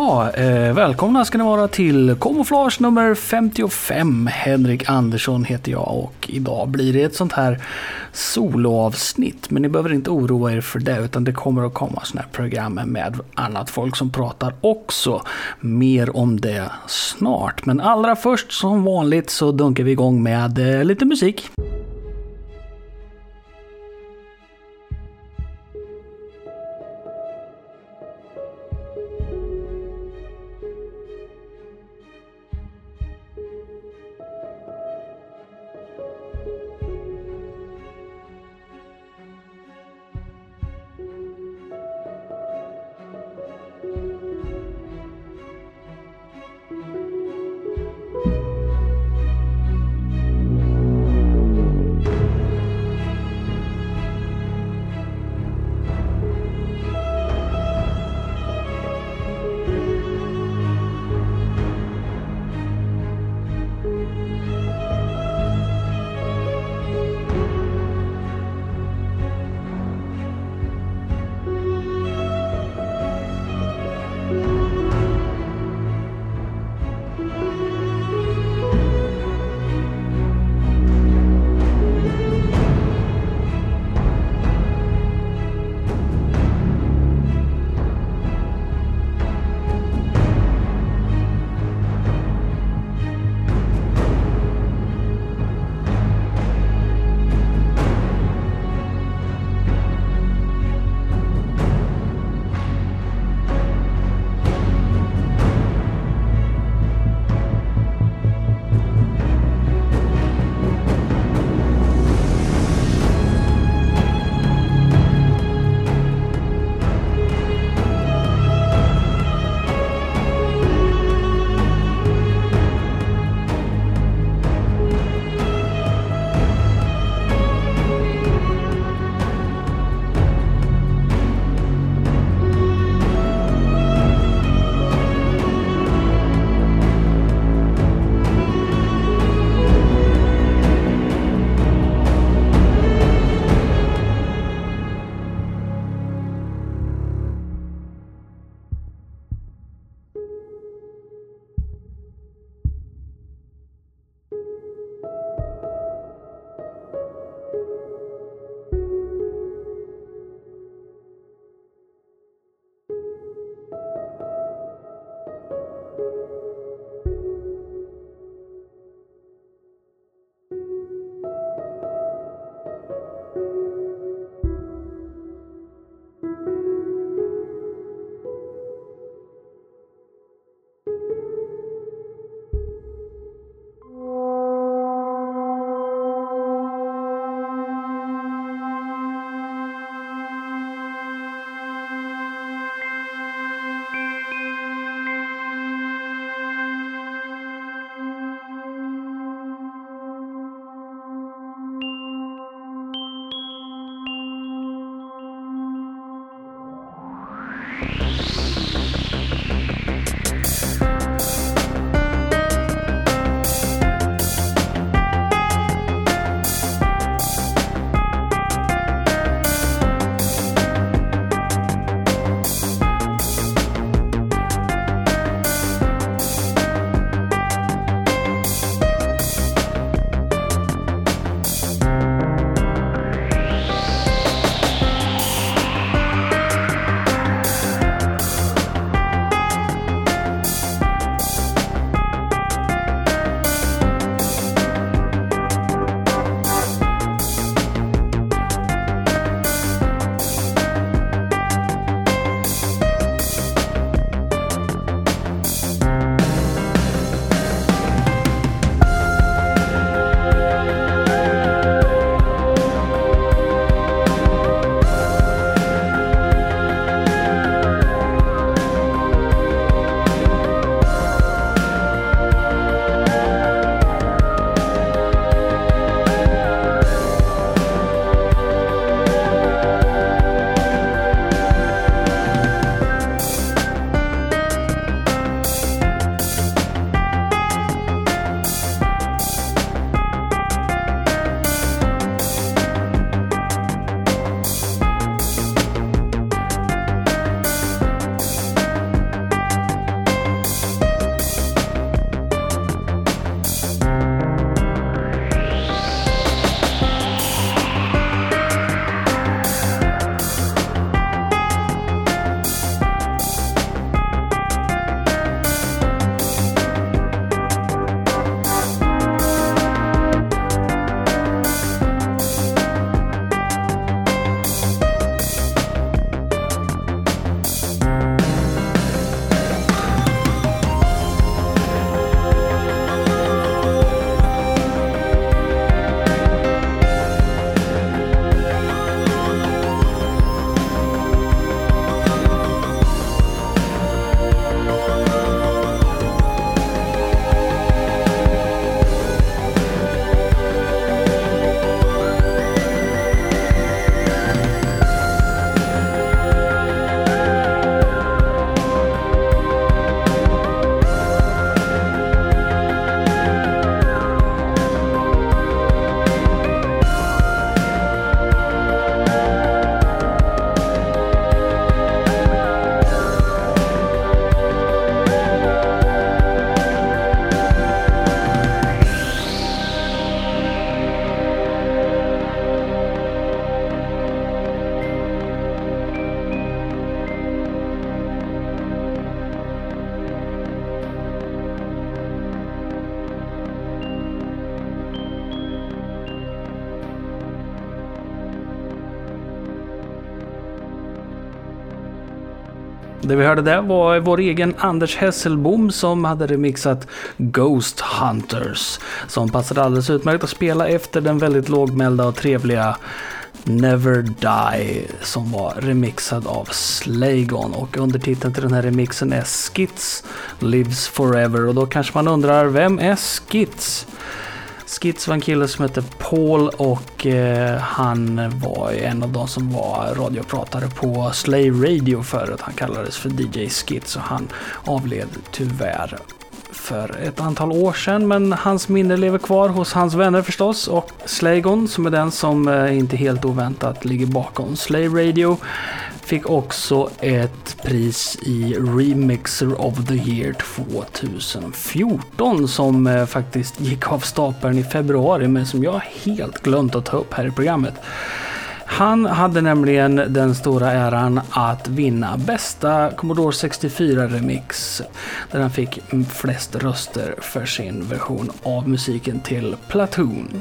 Ja, välkomna ska ni vara till Camouflage nummer 55. Henrik Andersson heter jag och idag blir det ett sånt här soloavsnitt. Men ni behöver inte oroa er för det, utan det kommer att komma såna här program med annat folk som pratar också. Mer om det snart. Men allra först som vanligt så dunkar vi igång med lite musik. Det vi hörde där var vår egen Anders Hesselbom som hade remixat Ghost Hunters, som passade alldeles utmärkt att spela efter den väldigt lågmälda och trevliga Never Die som var remixad av Slaygon, och undertiteln till den här remixen är Skits Lives Forever. Och då kanske man undrar, vem är Skits? Skits var en kille som hette Paul, och han var en av de som var radiopratare på Slay Radio förut. Han kallades för DJ Skits och han avled tyvärr för ett antal år sedan, men hans minne lever kvar hos hans vänner förstås. Och Slaygon, som är den som inte helt oväntat ligger bakom Slay Radio, fick också ett pris i Remixer of the Year 2014 som faktiskt gick av stapeln i februari, men som jag helt glömt att ta upp här i programmet. Han hade nämligen den stora äran att vinna bästa Commodore 64-remix, där han fick flest röster för sin version av musiken till Platoon.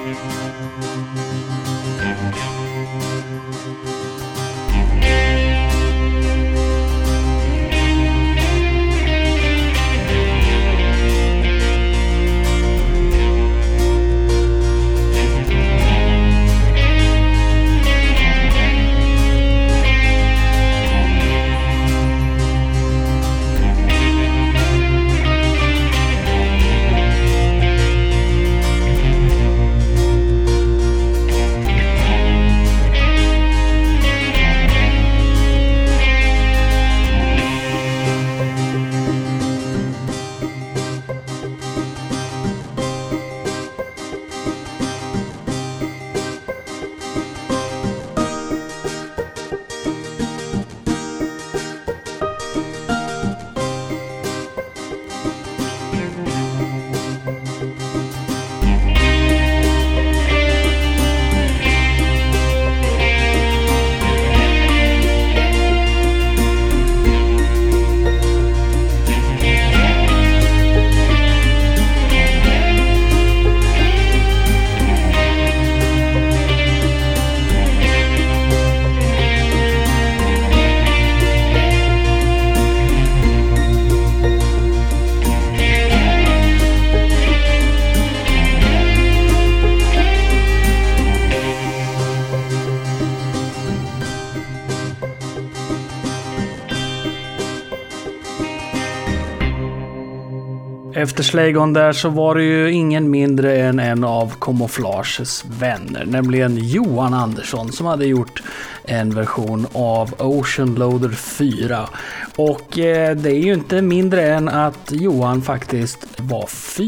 Efter Slaygon där så var det ju ingen mindre än en av Camouflages vänner, nämligen Johan Andersson, som hade gjort en version av Ocean Loader 4. Och det är ju inte mindre än att Johan faktiskt var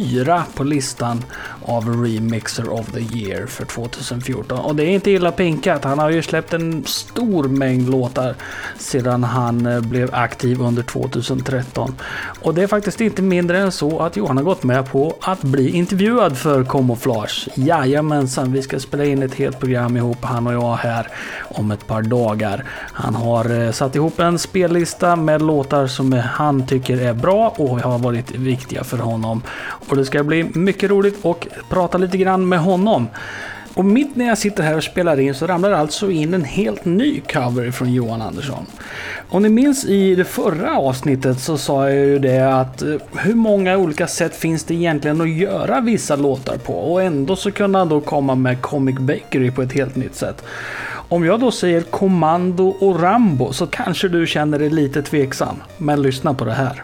4 på listan av Remixer of the Year för 2014. Och det är inte illa pinkat. Han har ju släppt en stor mängd låtar sedan han blev aktiv under 2013. Och det är faktiskt inte mindre än så att Johan har gått med på att bli intervjuad för Camouflage. Jajamensan, vi ska spela in ett helt program ihop, han och jag, här om ett par dagar. Han har satt ihop en spellista med låtar som han tycker är bra och har varit viktiga för honom. Och det ska bli mycket roligt att prata lite grann med honom. Och mitt när jag sitter här och spelar in så ramlar alltså in en helt ny cover från Johan Andersson. Om ni minns i det förra avsnittet så sa jag ju det att hur många olika sätt finns det egentligen att göra vissa låtar på, och ändå så kunde han då komma med Comic Bakery på ett helt nytt sätt. Om jag då säger Kommando och Rambo så kanske du känner dig lite tveksam, men lyssna på det här.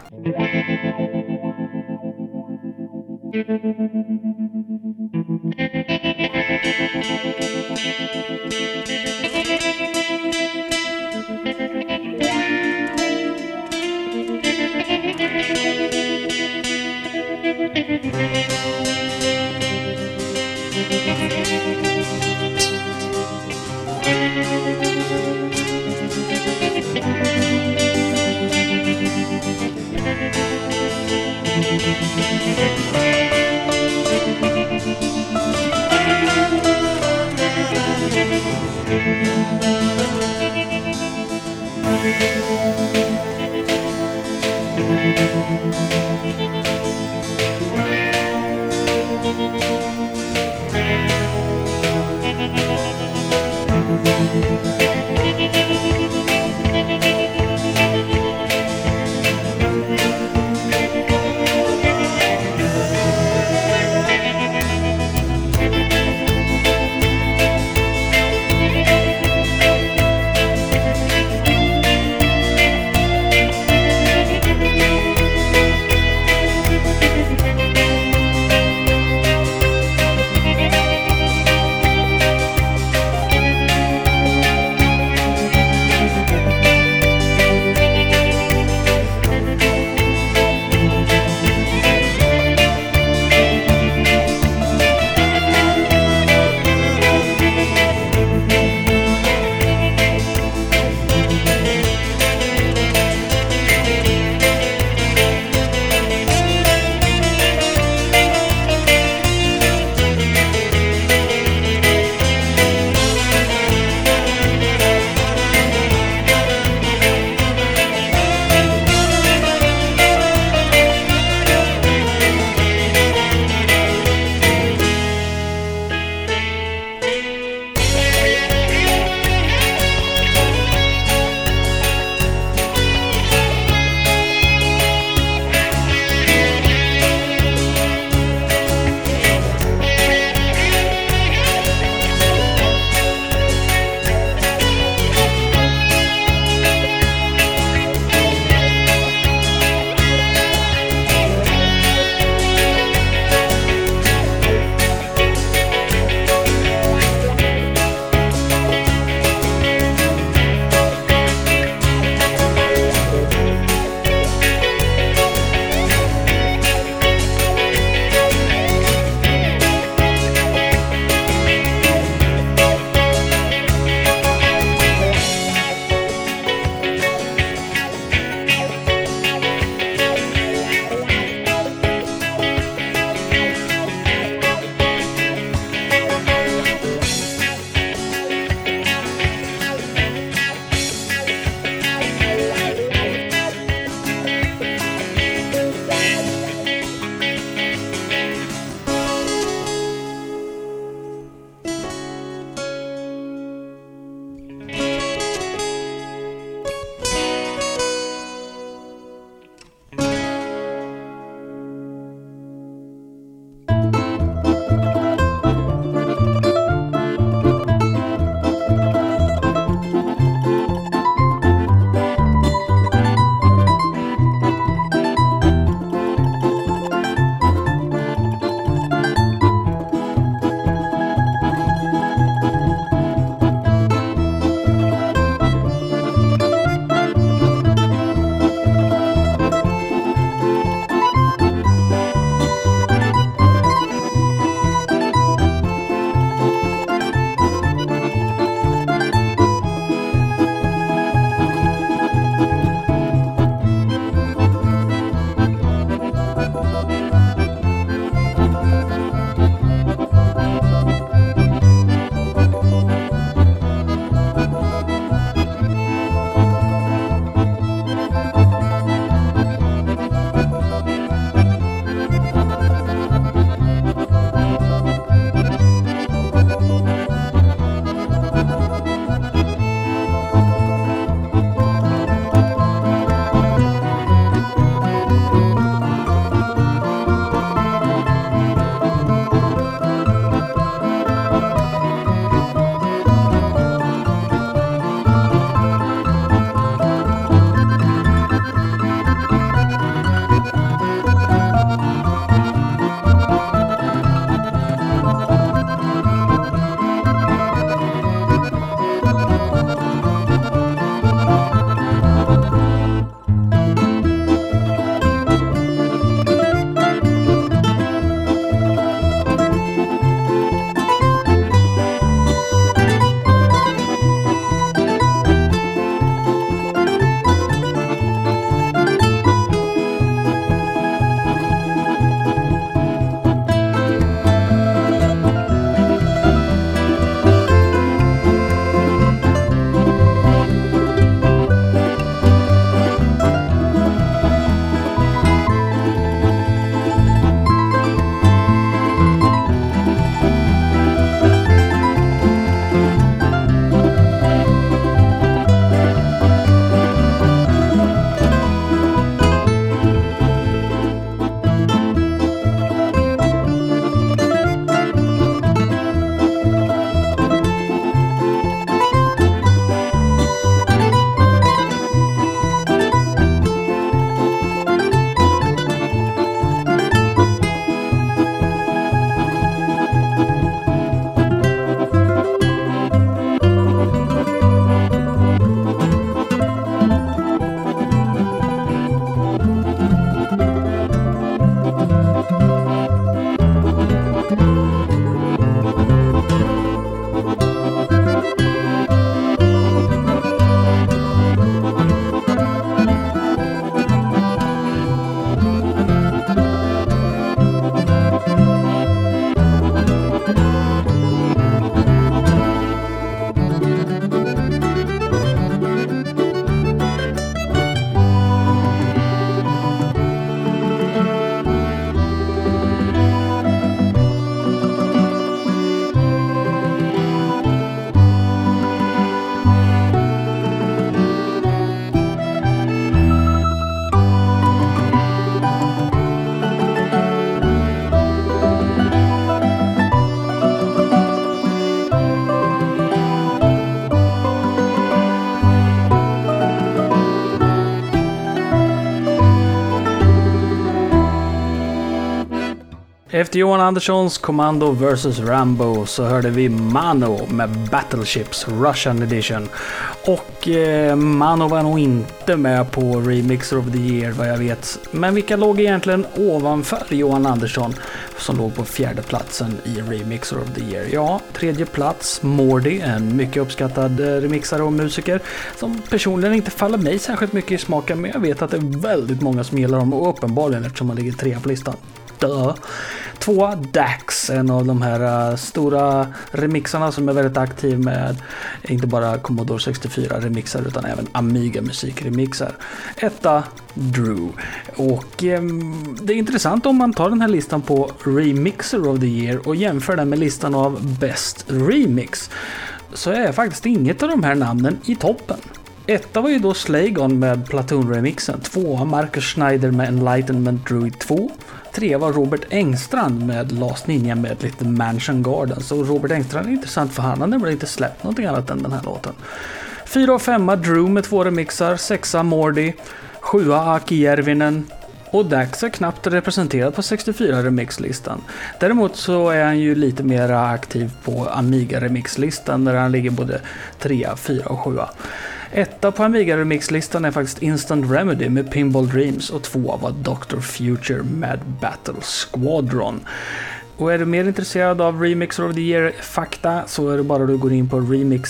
Efter Johan Anderssons Commando vs Rambo så hörde vi Mano med Battleships Russian Edition. Och Mano var nog inte med på Remixer of the Year vad jag vet. Men vilka låg egentligen ovanför Johan Andersson som låg på fjärde platsen i Remixer of the Year? Ja, tredje plats Mordy, en mycket uppskattad remixare och musiker som personligen inte faller mig särskilt mycket i smaken, men jag vet att det är väldigt många som gillar dem och uppenbarligen eftersom man ligger trea på listan. Två Dax, en av de här stora remixarna som är väldigt aktiv med inte bara Commodore 64 remixar utan även Amiga musikremixar. Etta Drew. Och det är intressant om man tar den här listan på Remixer of the Year och jämför den med listan av Best Remix, så är faktiskt inget av de här namnen i toppen. Etta var ju då Slaygon med Platoon-remixen. Tvåa Marcus Schneider med Enlightenment Druid 2. Tre var Robert Engstrand med Last Ninja med lite Mansion Gardens. Och Robert Engstrand är intressant för han har nämligen inte släppt någonting annat än den här låten. 4 och 5 Drew med 2 remixar. 6 Mordy. 7 Aki Järvinen. Och Dax är knappt representerad på 64 remixlistan. Däremot så är han ju lite mer aktiv på Amiga remixlistan där han ligger både 3, 4 och 7. Etta på Amiga remixlistan är faktiskt Instant Remedy med Pinball Dreams och 2 var Dr. Future med Battle Squadron. Och är du mer intresserad av Remixer of the Year-fakta så är det bara att du går in på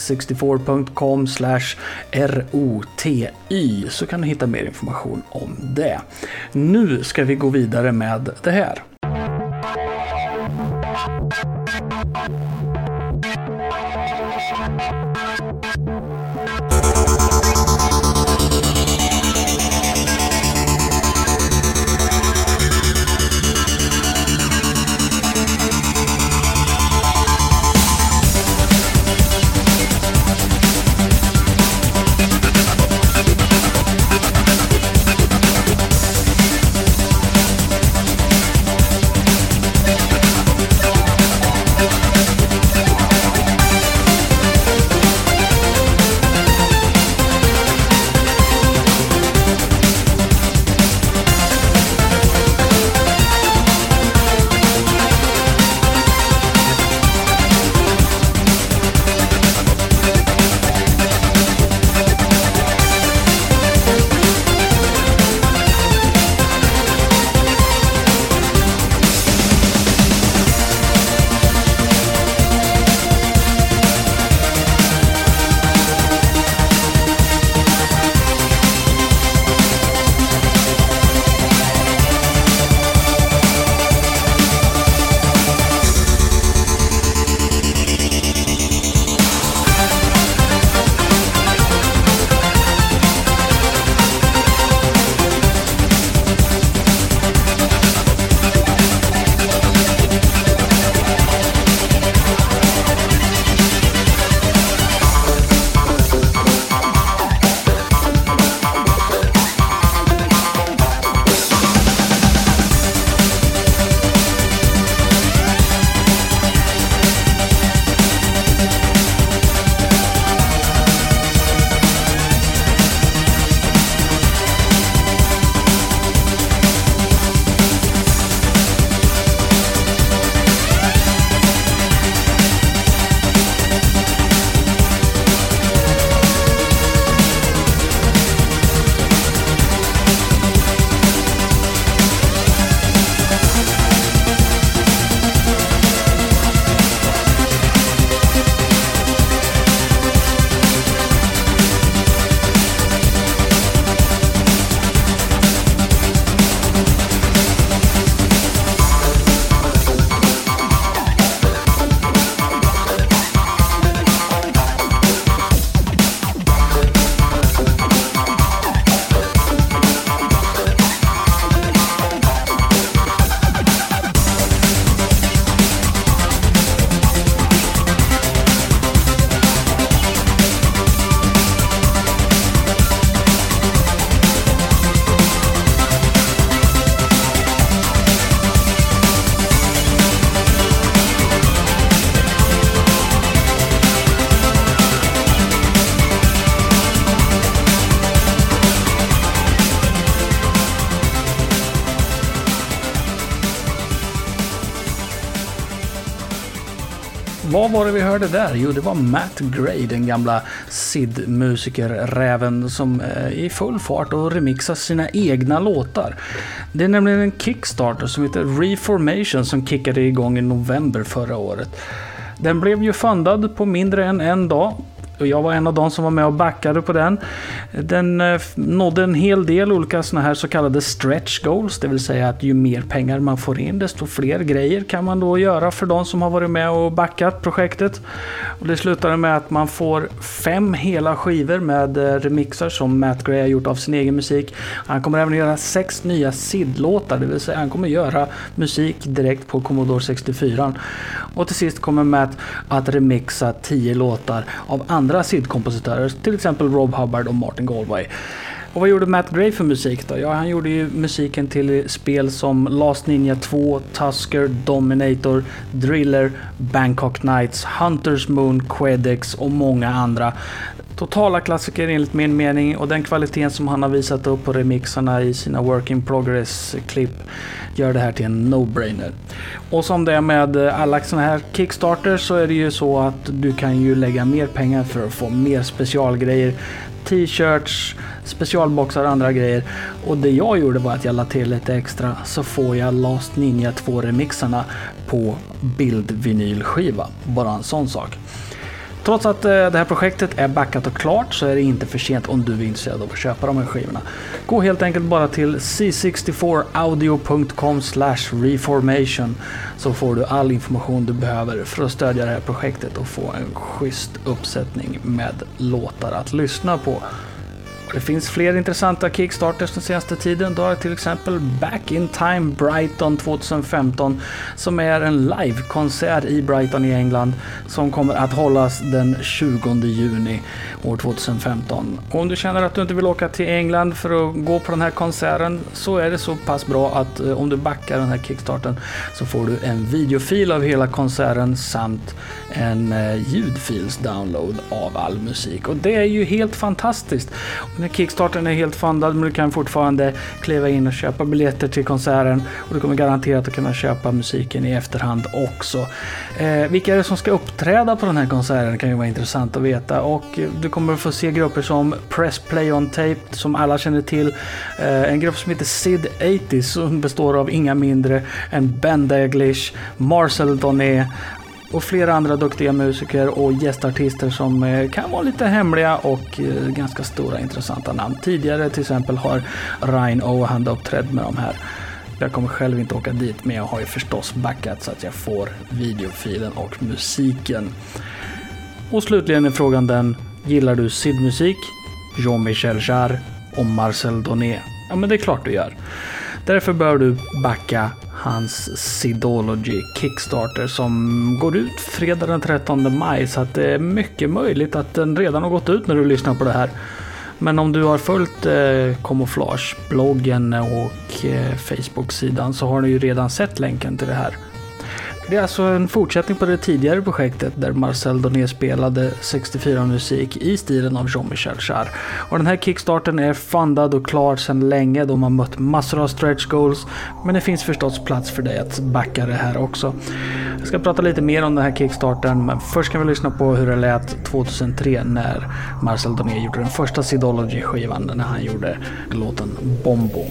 remix64.com/ROTY så kan du hitta mer information om det. Nu ska vi gå vidare med det här. Vad var det vi hörde där? Jo, det var Matt Gray, den gamla SID-musiker-räven som är i full fart och remixar sina egna låtar. Det är nämligen en Kickstarter som heter Reformation som kickade igång i november förra året. Den blev ju fundad på mindre än en dag. Och jag var en av de som var med och backade på den. Den nådde en hel del olika såna här så kallade stretch goals. Det vill säga att ju mer pengar man får in desto fler grejer kan man då göra för de som har varit med och backat projektet. Och det slutade med att man får 5 hela skivor med remixar som Matt Gray har gjort av sin egen musik. Han kommer även göra 6 nya SID-låtar. Det vill säga han kommer göra musik direkt på Commodore 64. Och till sist kommer Matt att remixa 10 låtar av andra SID-kompositörer, till exempel Rob Hubbard och Martin Galway. Och vad gjorde Matt Gray för musik då? Ja, han gjorde ju musiken till spel som Last Ninja 2, Tusker, Dominator, Driller, Bangkok Nights, Hunter's Moon, Quedex och många andra. Totala klassiker enligt min mening, och den kvaliteten som han har visat upp på remixarna i sina Work in Progress-klipp gör det här till en no-brainer. Och som det är med alla såna här Kickstarter så är det ju så att du kan ju lägga mer pengar för att få mer specialgrejer, t-shirts, specialboxar och andra grejer. Och det jag gjorde var att jag lade till lite extra, så får jag Last Ninja 2 remixarna på bildvinylskiva. Bara en sån sak. Trots att det här projektet är backat och klart så är det inte för sent om du är intresserad av att köpa de här skivorna. Gå helt enkelt bara till c64audio.com/reformation så får du all information du behöver för att stödja det här projektet och få en schysst uppsättning med låtar att lyssna på. Det finns fler intressanta Kickstarters den senaste tiden. Då har till exempel Back in Time Brighton 2015 som är en livekonsert i Brighton i England som kommer att hållas den 20 juni år 2015. Och om du känner att du inte vill åka till England för att gå på den här konserten så är det så pass bra att om du backar den här Kickstarten så får du en videofil av hela konserten samt en ljudfils download av all musik. Och det är ju helt fantastiskt. Kickstarten är helt fundad, men du kan fortfarande kliva in och köpa biljetter till konserten och du kommer garanterat att kunna köpa musiken i efterhand också. Vilka är det som ska uppträda på den här konserten kan ju vara intressant att veta, och du kommer att få se grupper som Press Play on Tape som alla känner till, en grupp som heter Sid 80 som består av inga mindre än Ben Daglish, Marcel Donet och flera andra duktiga musiker och gästartister som kan vara lite hemliga och ganska stora intressanta namn. Tidigare till exempel har Ryan Ohan uppträtt med de här. Jag kommer själv inte åka dit, men jag har ju förstås backat så att jag får videofilen och musiken. Och slutligen är frågan den: gillar du SID-musik, Jean-Michel Jarre och Marcel Donet? Ja, men det är klart du gör. Därför bör du backa hans Sidology Kickstarter som går ut fredag den 13 maj, så att det är mycket möjligt att den redan har gått ut när du lyssnar på det här. Men om du har följt Camouflage, bloggen och Facebook-sidan så har du ju redan sett länken till det här. Det är alltså en fortsättning på det tidigare projektet där Marcel Donet spelade 64-musik i stilen av Jean-Michel Jarre. Och den här Kickstarten är fundad och klar sedan länge. De har mött massor av stretch goals, men det finns förstås plats för dig att backa det här också. Jag ska prata lite mer om den här Kickstarten, men först kan vi lyssna på hur det lät 2003 när Marcel Donet gjorde den första Sidology-skivan, när han gjorde låten Bombo.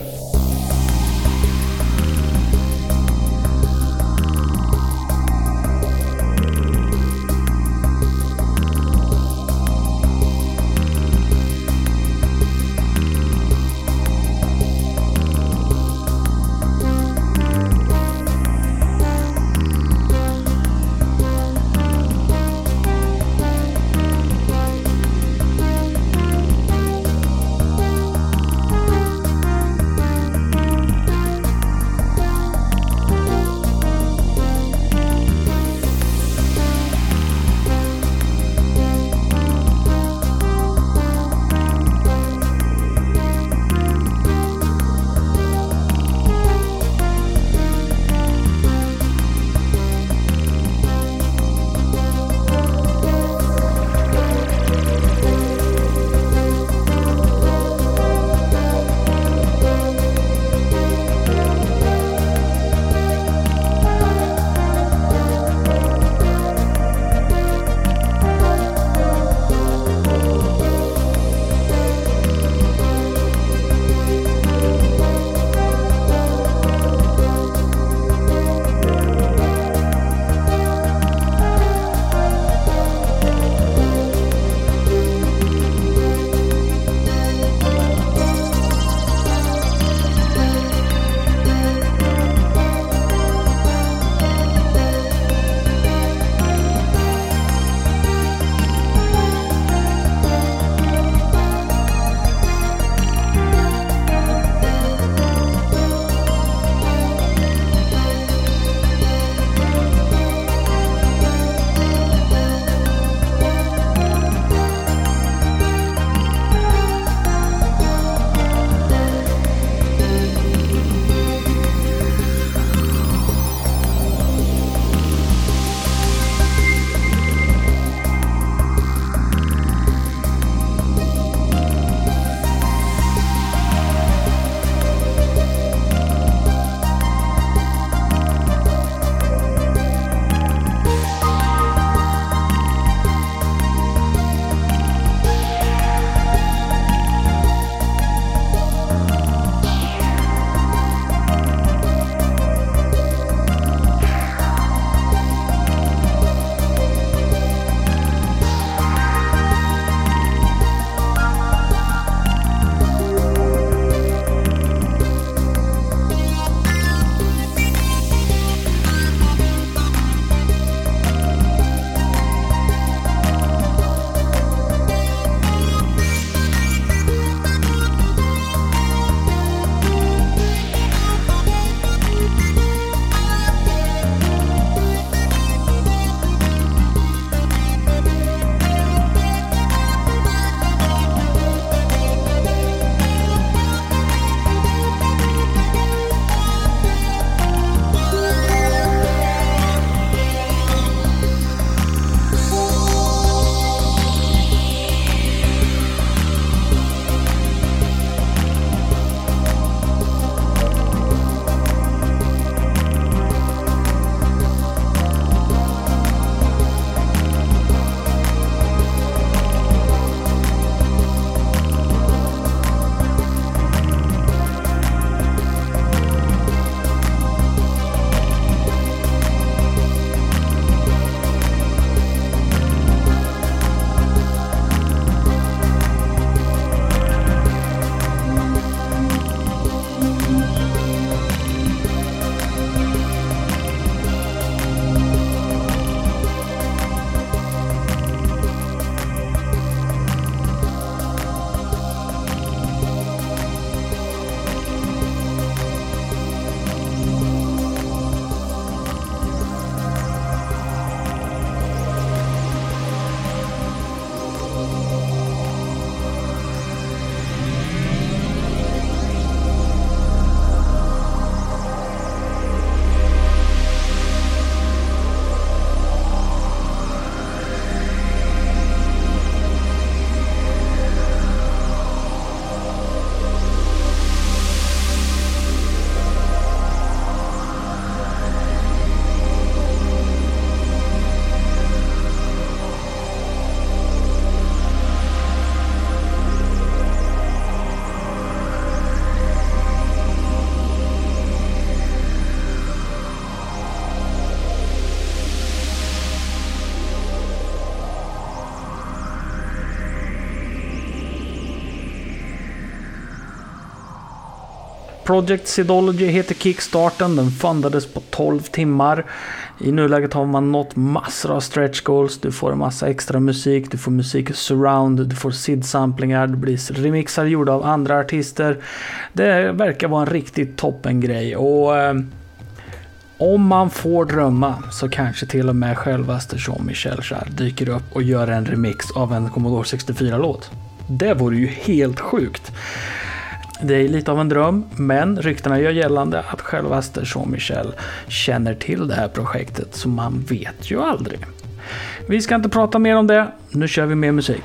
Project Sidology heter kickstarten. Den fundades på 12 timmar. I nuläget har man nått massor av stretch goals. Du får en massa extra musik. Du får musik surround. Du får SID-samplingar. Det blir remixar gjorda av andra artister. Det verkar vara en riktigt toppen grej. Och om man får drömma så kanske till och med självaste Jean-Michel Jarre dyker upp och gör en remix av en Commodore 64-låt. Det vore ju helt sjukt. Det är lite av en dröm, men ryktena gör gällande att självaste Jean-Michel känner till det här projektet, så man vet ju aldrig. Vi ska inte prata mer om det, nu kör vi mer musik.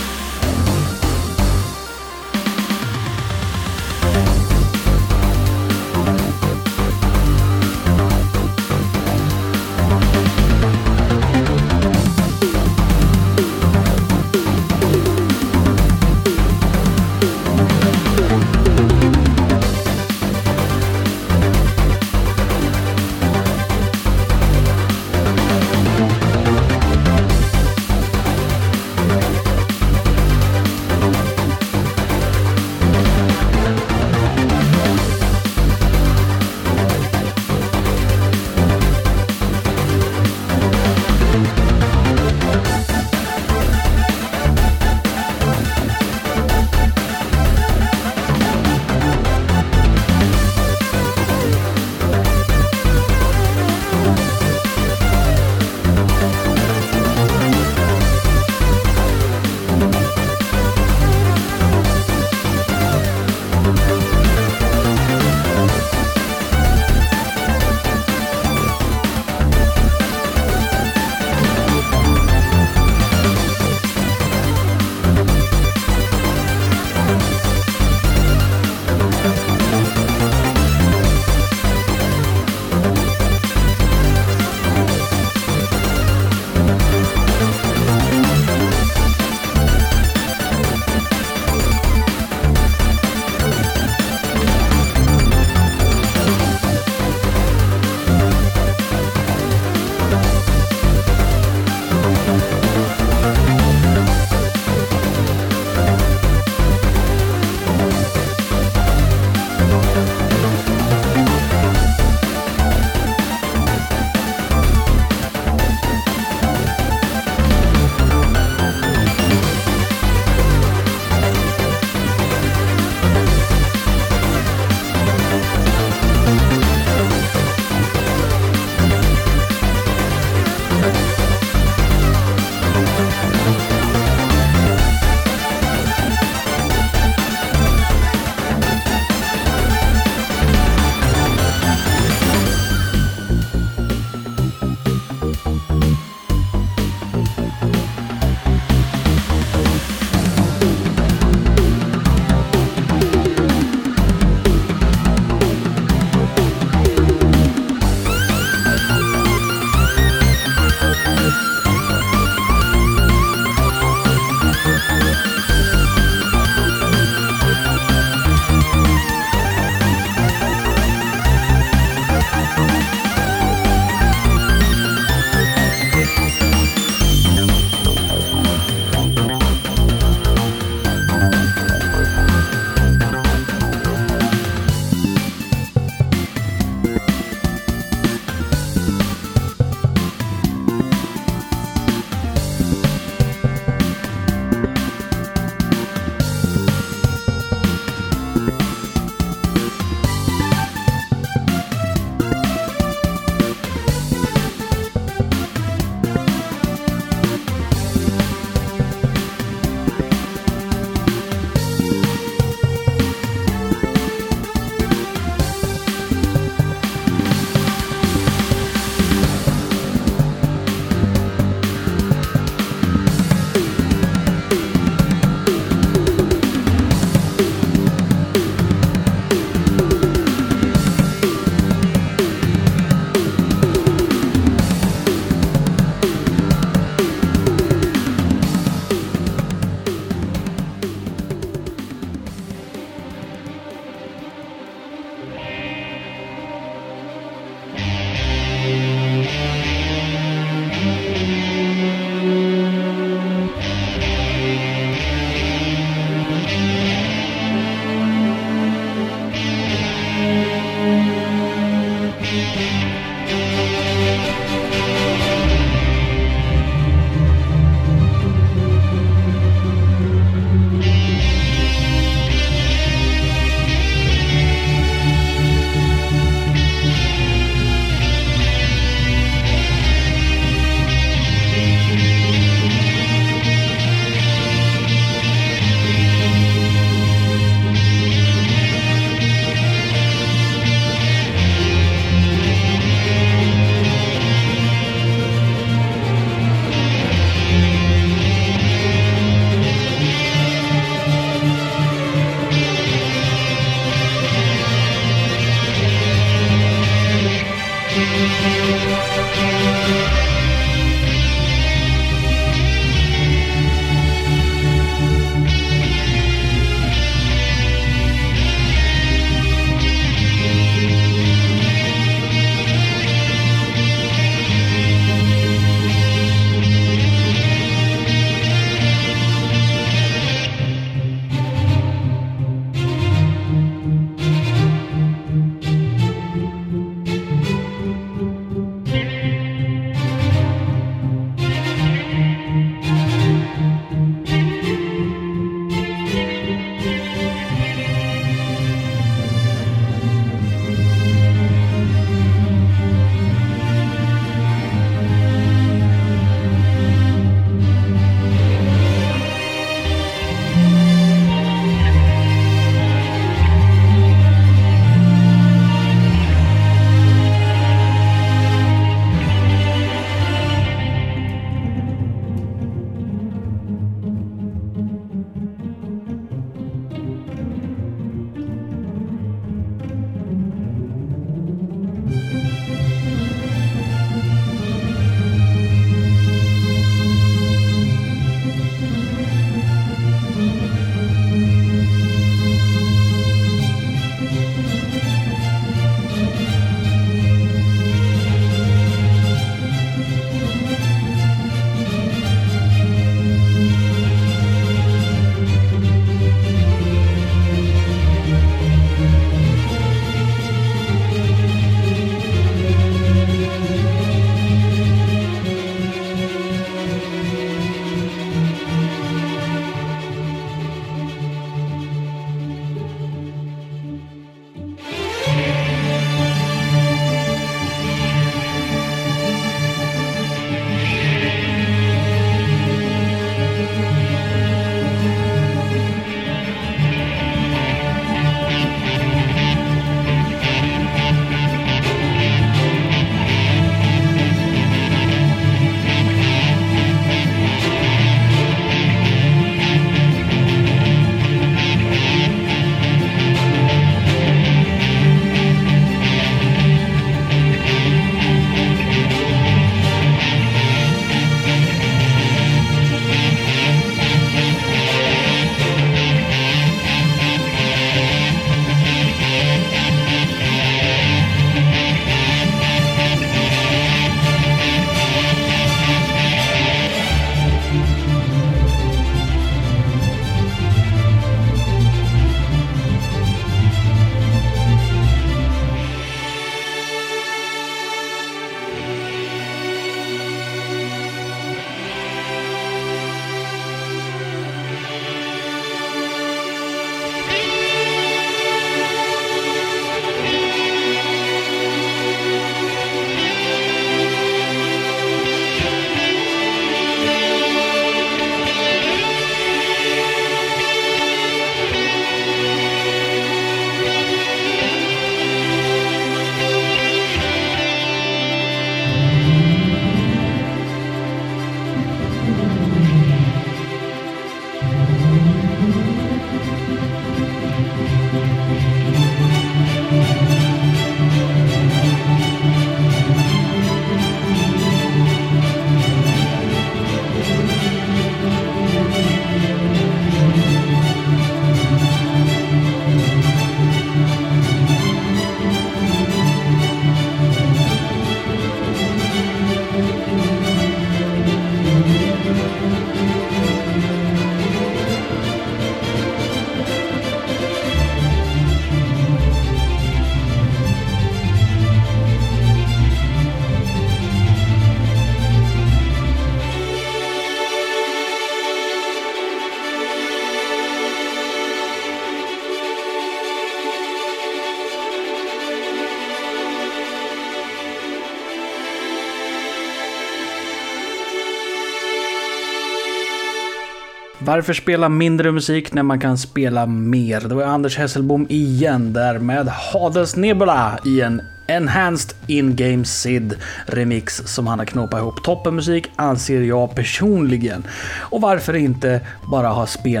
Varför spela mindre musik när man kan spela mer? Det var Anders Hesselbom igen där med Hades Nebula i en Enhanced In-Game SID remix som han har knåpat ihop. Toppenmusik anser jag personligen. Och varför inte bara ha spelat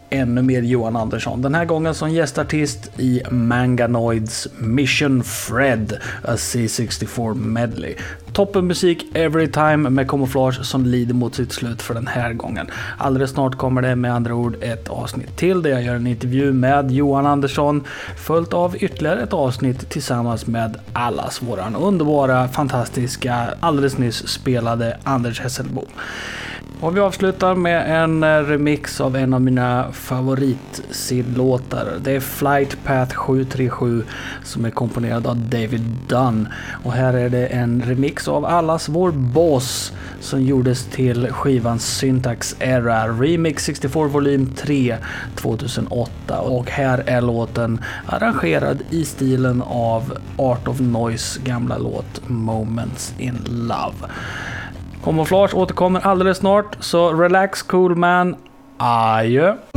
ännu mer Johan Andersson. Den här gången som gästartist i Manganoids Mission Fred, a C64 medley. Toppenmusik every time med Camouflage som lider mot sitt slut för den här gången. Alldeles snart kommer det med andra ord ett avsnitt till där jag gör en intervju med Johan Andersson, följt av ytterligare ett avsnitt tillsammans med allas våran underbara, fantastiska, alldeles nyss spelade Anders Hesselbom. Och vi avslutar med en remix av en av mina favorit-sidlåtar. Det är Flight Path 737 som är komponerad av David Dunn. Och här är det en remix av allas vår boss som gjordes till skivan Syntax Era Remix 64 volym 3 2008. Och här är låten arrangerad i stilen av Art of Noise gamla låt Moments in Love. Camouflage återkommer alldeles snart, så relax cool man, adjö!